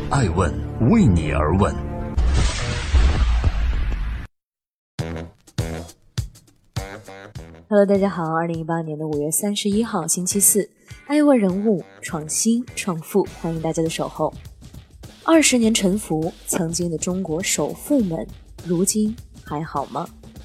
爱问为你而问。 Hello， 大家好，2018年5月31号星期四，爱问人物创新创富，欢迎大家的守候。20年沉浮，曾经的中国首富们，如今还好吗？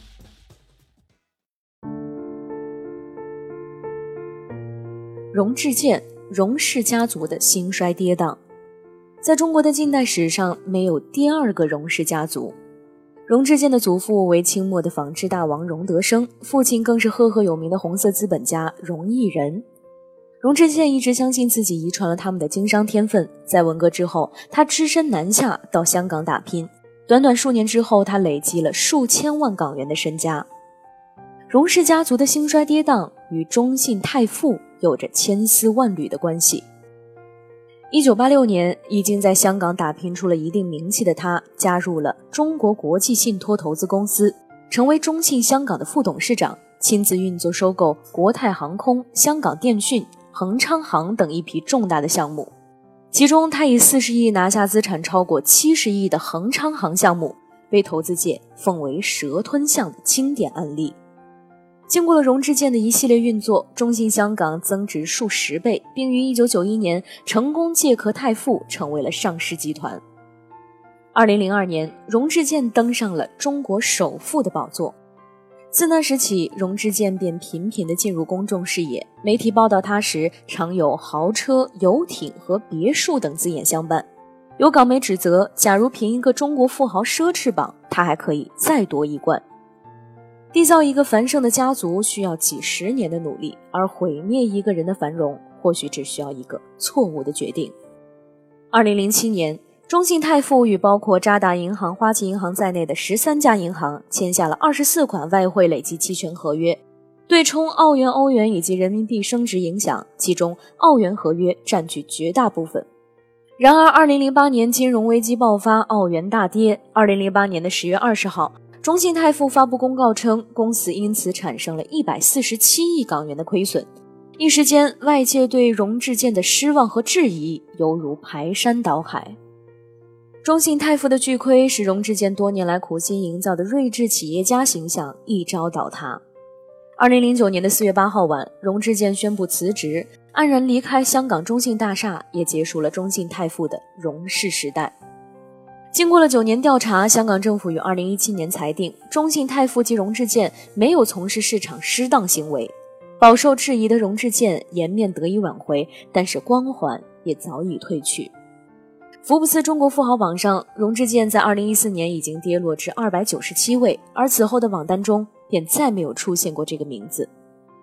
荣智健，荣氏家族的兴衰跌宕。在中国的近代史上，没有第二个荣氏家族。荣智健的祖父为清末的纺织大王荣德生，父亲更是赫赫有名的红色资本家荣毅仁。荣智健一直相信自己遗传了他们的经商天分，在文革之后，他只身南下到香港打拼，短短数年之后，他累积了数千万港元的身家。荣氏家族的兴衰跌宕与中信泰富有着千丝万缕的关系。1986年，已经在香港打拼出了一定名气的他，加入了中国国际信托投资公司，成为中信香港的副董事长，亲自运作收购国泰航空、香港电讯、恒昌行等一批重大的项目。其中，他以40亿拿下资产超过70亿的恒昌行项目，被投资界奉为蛇吞象的经典案例。经过了荣智健的一系列运作，中信香港增值数十倍，并于1991年成功借壳泰富，成为了上市集团。2002年，荣智健登上了中国首富的宝座。自那时起，荣智健便频频地进入公众视野，媒体报道他时常有豪车、游艇和别墅等字眼相伴。有港媒指责，假如凭一个中国富豪奢侈榜，他还可以再夺一冠。缔造一个繁盛的家族需要几十年的努力，而毁灭一个人的繁荣或许只需要一个错误的决定。2007年，中信泰富与包括渣打银行、花旗银行在内的13家银行签下了24款外汇累计期权合约，对冲澳元、欧元以及人民币升值影响，其中澳元合约占据绝大部分。然而2008年金融危机爆发，澳元大跌。2008年的10月20号，中信泰富发布公告称，公司因此产生了147亿港元的亏损。一时间，外界对荣智健的失望和质疑犹如排山倒海。中信泰富的巨亏使荣智健多年来苦心营造的睿智企业家形象一朝倒塌。2009年的4月8号晚，荣智健宣布辞职，黯然离开香港中信大厦，也结束了中信泰富的荣氏时代。经过了9年调查，香港政府于2017年裁定，中信泰富及荣智健没有从事市场失当行为。饱受质疑的荣智健颜面得以挽回，但是光环也早已褪去。福布斯中国富豪榜上，荣智健在2014年已经跌落至297位，而此后的榜单中便再没有出现过这个名字。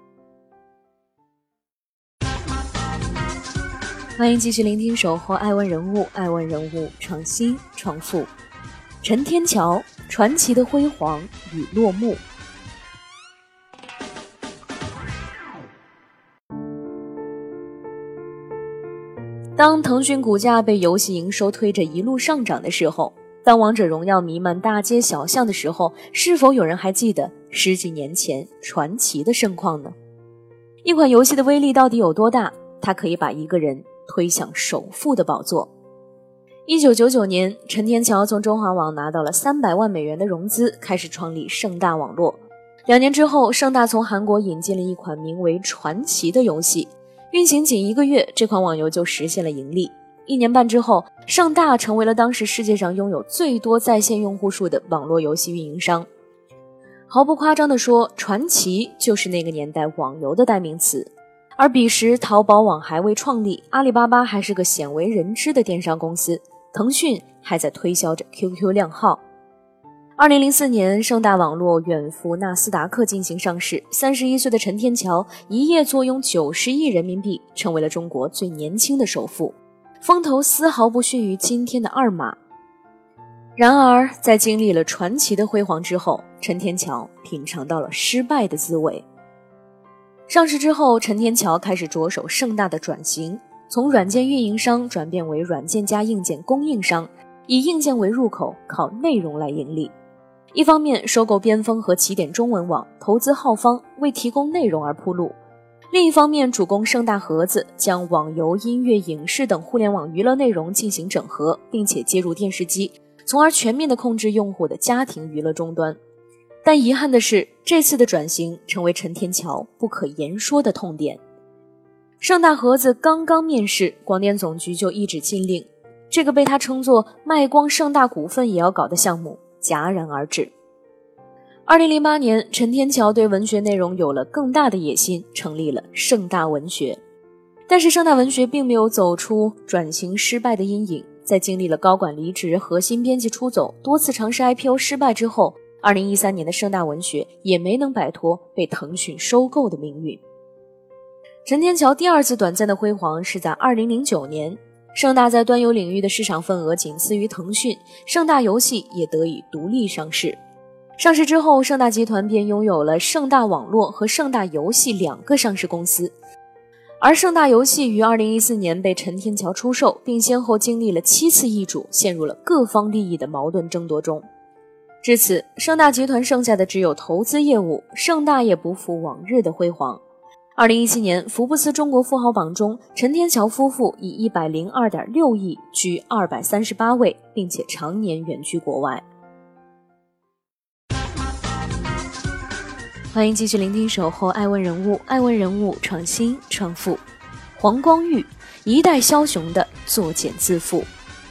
欢迎继续聆听守候爱问人物，爱问人物创新创富。陈天桥，传奇的辉煌与落幕。当腾讯股价被游戏营收推着一路上涨的时候，当王者荣耀弥漫大街小巷的时候，是否有人还记得10几年前传奇的盛况呢？一款游戏的威力到底有多大？它可以把一个人推向首富的宝座。1999年，陈天桥从中华网拿到了300万美元的融资，开始创立盛大网络。2年之后，盛大从韩国引进了一款名为传奇的游戏，运行仅1个月，这款网游就实现了盈利。1年半之后，盛大成为了当时世界上拥有最多在线用户数的网络游戏运营商。毫不夸张地说，传奇就是那个年代网游的代名词。而彼时淘宝网还未创立，阿里巴巴还是个鲜为人知的电商公司，腾讯还在推销着 QQ 靓号。2004年，盛大网络远赴纳斯达克进行上市，31岁的陈天桥一夜坐拥90亿人民币，成为了中国最年轻的首富，风头丝毫不逊于今天的二马。然而，在经历了传奇的辉煌之后，陈天桥品尝到了失败的滋味。上市之后，陈天桥开始着手盛大的转型，从软件运营商转变为软件加硬件供应商，以硬件为入口，靠内容来盈利。一方面收购边锋和起点中文网，投资浩方，为提供内容而铺路； 另一方面，主攻盛大盒子将网游、音乐、影视等互联网娱乐内容进行整合，并且接入电视机，从而全面地控制用户的家庭娱乐终端。但遗憾的是，这次的转型成为陈天桥不可言说的痛点。盛大盒子刚刚面世，广电总局就一纸禁令，这个被他称作卖光盛大股份也要搞的项目戛然而止。2008年，陈天桥对文学内容有了更大的野心，成立了盛大文学。但是盛大文学并没有走出转型失败的阴影，在经历了高管离职、核心编辑出走、多次尝试 IPO 失败之后，2013年的盛大文学也没能摆脱被腾讯收购的命运。陈天桥第二次短暂的辉煌是在2009年，盛大在端游领域的市场份额仅次于腾讯，盛大游戏也得以独立上市。上市之后，盛大集团便拥有了盛大网络和盛大游戏两个上市公司。而盛大游戏于2014年被陈天桥出售，并先后经历了7次易主，陷入了各方利益的矛盾争夺中。至此，盛大集团剩下的只有投资业务，盛大也不复往日的辉煌。2017年，福布斯中国富豪榜中，陈天桥夫妇以102.6亿居238位，并且常年远居国外。欢迎继续聆听守候爱问人物，爱问人物创新创富。黄光裕，一代枭雄的作茧自缚。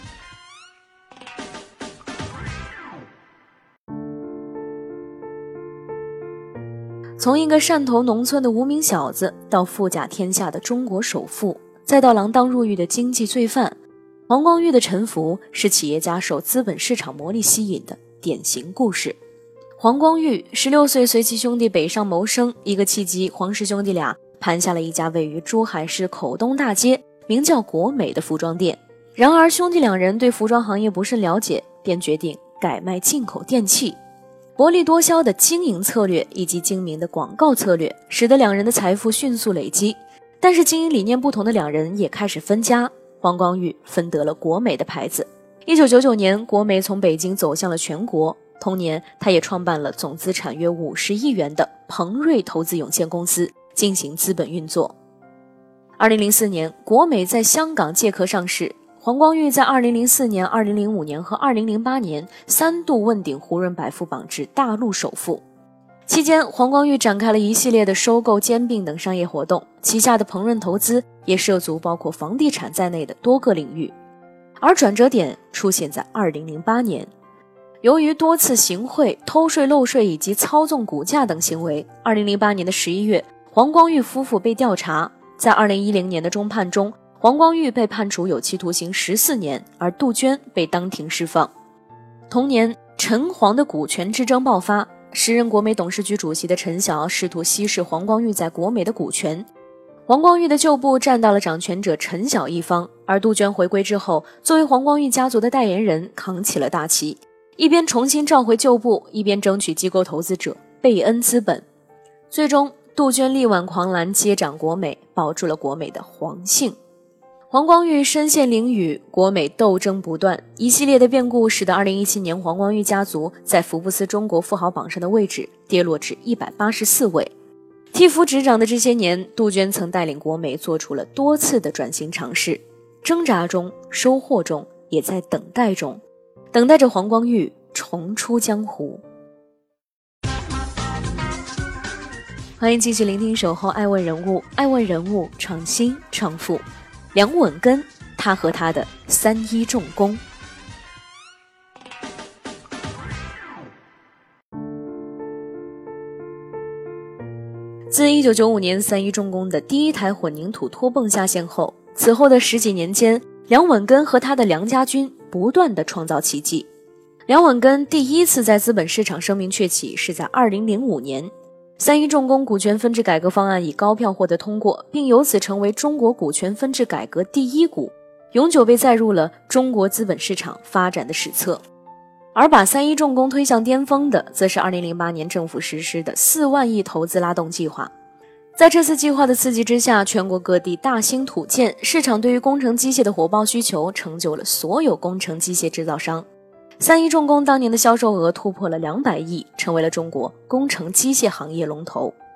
从一个汕头农村的无名小子，到富甲天下的中国首富，再到锒铛入狱的经济罪犯，黄光裕的沉浮是企业家受资本市场魔力吸引的典型故事。黄光裕16岁随其兄弟北上谋生，一个契机，黄氏兄弟俩盘下了一家位于珠海市口东大街名叫国美的服装店。然而兄弟两人对服装行业不甚了解，便决定改卖进口电器。薄利多销的经营策略以及精明的广告策略，使得两人的财富迅速累积。但是经营理念不同的两人也开始分家，黄光裕分得了国美的牌子。1999年，国美从北京走向了全国。同年，他也创办了总资产约50亿元的鹏瑞投资有限公司，进行资本运作。2004年，国美在香港借壳上市。黄光裕在2004年、2005年和2008年3度问鼎胡润百富榜至大陆首富。期间，黄光裕展开了一系列的收购、兼并等商业活动，旗下的鹏润投资也涉足包括房地产在内的多个领域。而转折点出现在2008年。由于多次行贿、偷税漏税以及操纵股价等行为，2008年的11月，黄光裕夫妇被调查。在2010年的中判中，黄光裕被判处有期徒刑14年，而杜鹃被当庭释放。同年，陈黄的股权之争爆发，时任国美董事局主席的陈晓试图稀释黄光裕在国美的股权。黄光裕的旧部站到了掌权者陈晓一方，而杜鹃回归之后，作为黄光裕家族的代言人，扛起了大旗。一边重新召回旧部，一边争取机构投资者贝恩资本。最终，杜鹃力挽狂澜，接掌国美，保住了国美的黄姓。黄光裕身陷囹圄，国美斗争不断，一系列的变故使得2017年黄光裕家族在福布斯中国富豪榜上的位置跌落至184位。替夫执掌的这些年，杜鹃曾带领国美做出了多次的转型尝试，挣扎中、收获中，也在等待中。等待着黄光裕重出江湖。欢迎继续聆听守候爱问人物，爱问人物创新创富。梁稳根，他和他的3一重工。自1995年3一重工的第一台混凝土拖泵下线后，此后的10几年间，梁稳根和他的梁家军不断地创造奇迹。梁稳根第一次在资本市场声名鹊起是在2005年，3一重工股权分置改革方案以高票获得通过，并由此成为中国股权分置改革第一股，永久被载入了中国资本市场发展的史册。而把3一重工推向巅峰的，则是2008年政府实施的4万亿投资拉动计划。在这次计划的刺激之下，全国各地大兴土建，市场对于工程机械的火爆需求成就了所有工程机械制造商。3一重工当年的销售额突破了200亿，成为了中国工程机械行业龙头。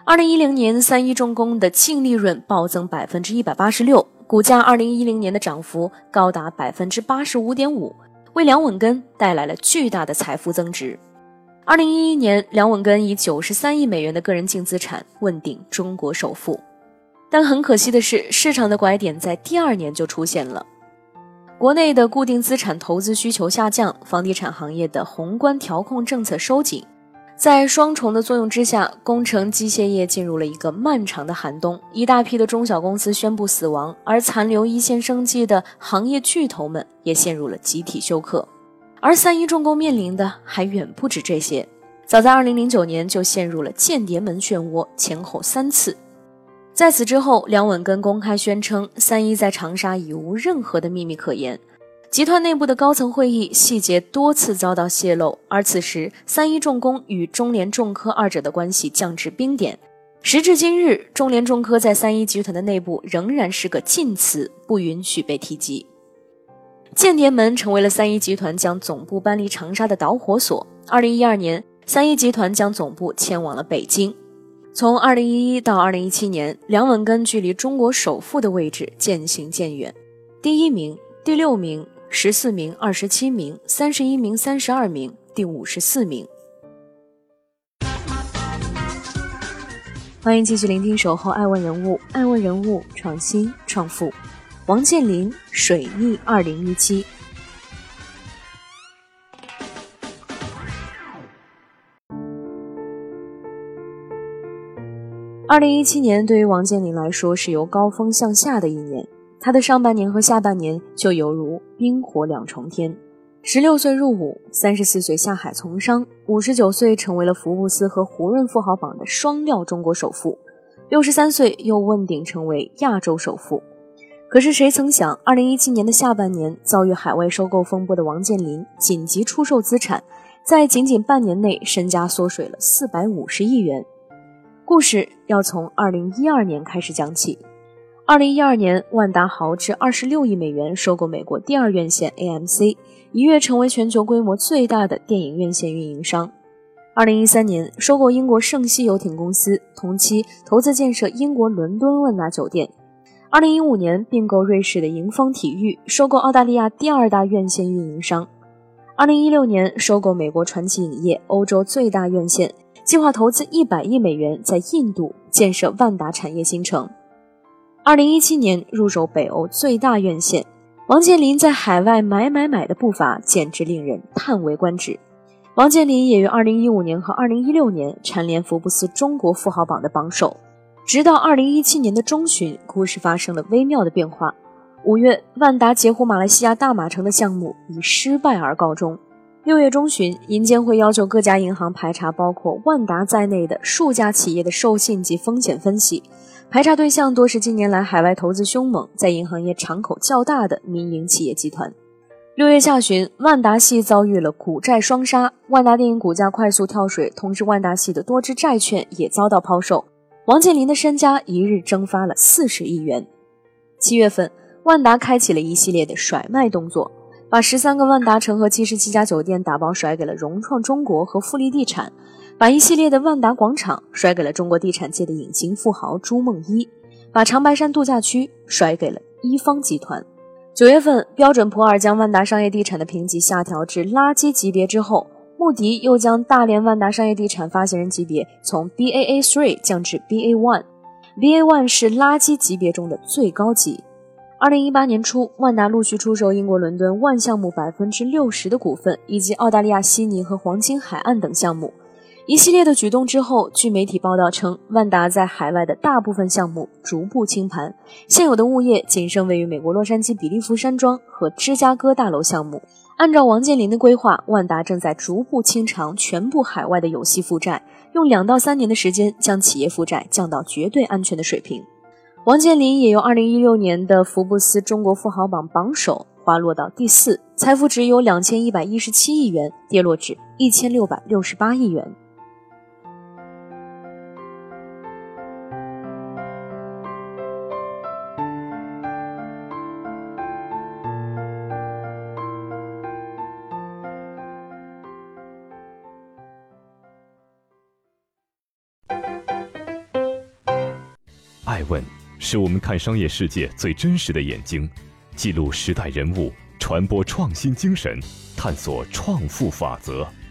2010年三一重工的净利润暴增 186%， 股价2010年的涨幅高达 85.5%， 为梁稳根带来了巨大的财富增值。2011年，梁稳根以93亿美元的个人净资产问鼎中国首富。但很可惜的是，市场的拐点在第2年就出现了。国内的固定资产投资需求下降，房地产行业的宏观调控政策收紧，在双重的作用之下，工程机械业进入了一个漫长的寒冬，一大批的中小公司宣布死亡，而残留一线生机的行业巨头们也陷入了集体休克。而三一重工面临的还远不止这些，早在2009年就陷入了间谍门漩涡，前后3次。在此之后，梁稳根公开宣称三一在长沙已无任何的秘密可言。集团内部的高层会议细节多次遭到泄露，而此时三一重工与中联重科二者的关系降至冰点。时至今日，中联重科在三一集团的内部仍然是个禁词，不允许被提及。间谍门成为了三一集团将总部搬离长沙的导火索。2012年，三一集团将总部迁往了北京。从2011到2017年，梁稳根距离中国首富的位置渐行渐远，第1名、第6名、14名、27名、31名、32名、第54名。欢迎继续聆听守候爱问人物，爱问人物，创新创富。王健林，水逆2017。2017年对于王健林来说是由高峰向下的一年，他的上半年和下半年就犹如冰火两重天。16岁入伍，34岁下海从商，59岁成为了福布斯和胡润富豪榜的双料中国首富，63岁又问鼎成为亚洲首富。可是谁曾想，2017年的下半年遭遇海外收购风波的王健林紧急出售资产，在仅仅半年内身家缩水了450亿元。故事要从2012年开始讲起。2012年，万达豪掷26亿美元收购美国第2院线 AMC， 一跃成为全球规模最大的电影院线运营商。2013年，收购英国圣西游艇公司，同期投资建设英国伦敦万达酒店。2015年，并购瑞士的盈丰体育，收购澳大利亚第2大院线运营商。2016年，收购美国传奇影业，欧洲最大院线，计划投资100亿美元在印度建设万达产业新城。2017年入手北欧最大院线，王健林在海外买的步伐简直令人叹为观止。王健林也于2015年和2016年蝉联福布斯中国富豪榜的榜首。直到2017年的中旬，故事发生了微妙的变化。5月，万达截胡马来西亚大马城的项目以失败而告终。6月中旬，银监会要求各家银行排查包括万达在内的数家企业的授信及风险分析，排查对象多是近年来海外投资凶猛，在银行业敞口较大的民营企业集团。6月下旬，万达系遭遇了股债双杀，万达电影股价快速跳水，同时万达系的多只债券也遭到抛售，王健林的身家一日蒸发了40亿元。7月份，万达开启了一系列的甩卖动作，把13个万达城和77家酒店打包甩给了融创中国和富力地产，把一系列的万达广场甩给了中国地产界的隐形富豪朱梦一，把长白山度假区甩给了一方集团。9月份，标准普尔将万达商业地产的评级下调至垃圾级别之后，穆迪又将大连万达商业地产发行人级别从 BAA3 降至 BA1。BA1 是垃圾级别中的最高级。2018年初，万达陆续出售英国伦敦万项目 60% 的股份，以及澳大利亚悉尼和黄金海岸等项目。一系列的举动之后，据媒体报道称，万达在海外的大部分项目逐步清盘，现有的物业仅剩位于美国洛杉矶比利福山庄和芝加哥大楼项目。按照王健林的规划，万达正在逐步清偿全部海外的有息负债，用2到3年的时间将企业负债降到绝对安全的水平。王健林也由2016年的福布斯中国富豪榜榜首滑落到第4，财富值由2117亿元跌落至1668亿元。 爱问是我们看商业世界最真实的眼睛，记录时代人物，传播创新精神，探索创富法则。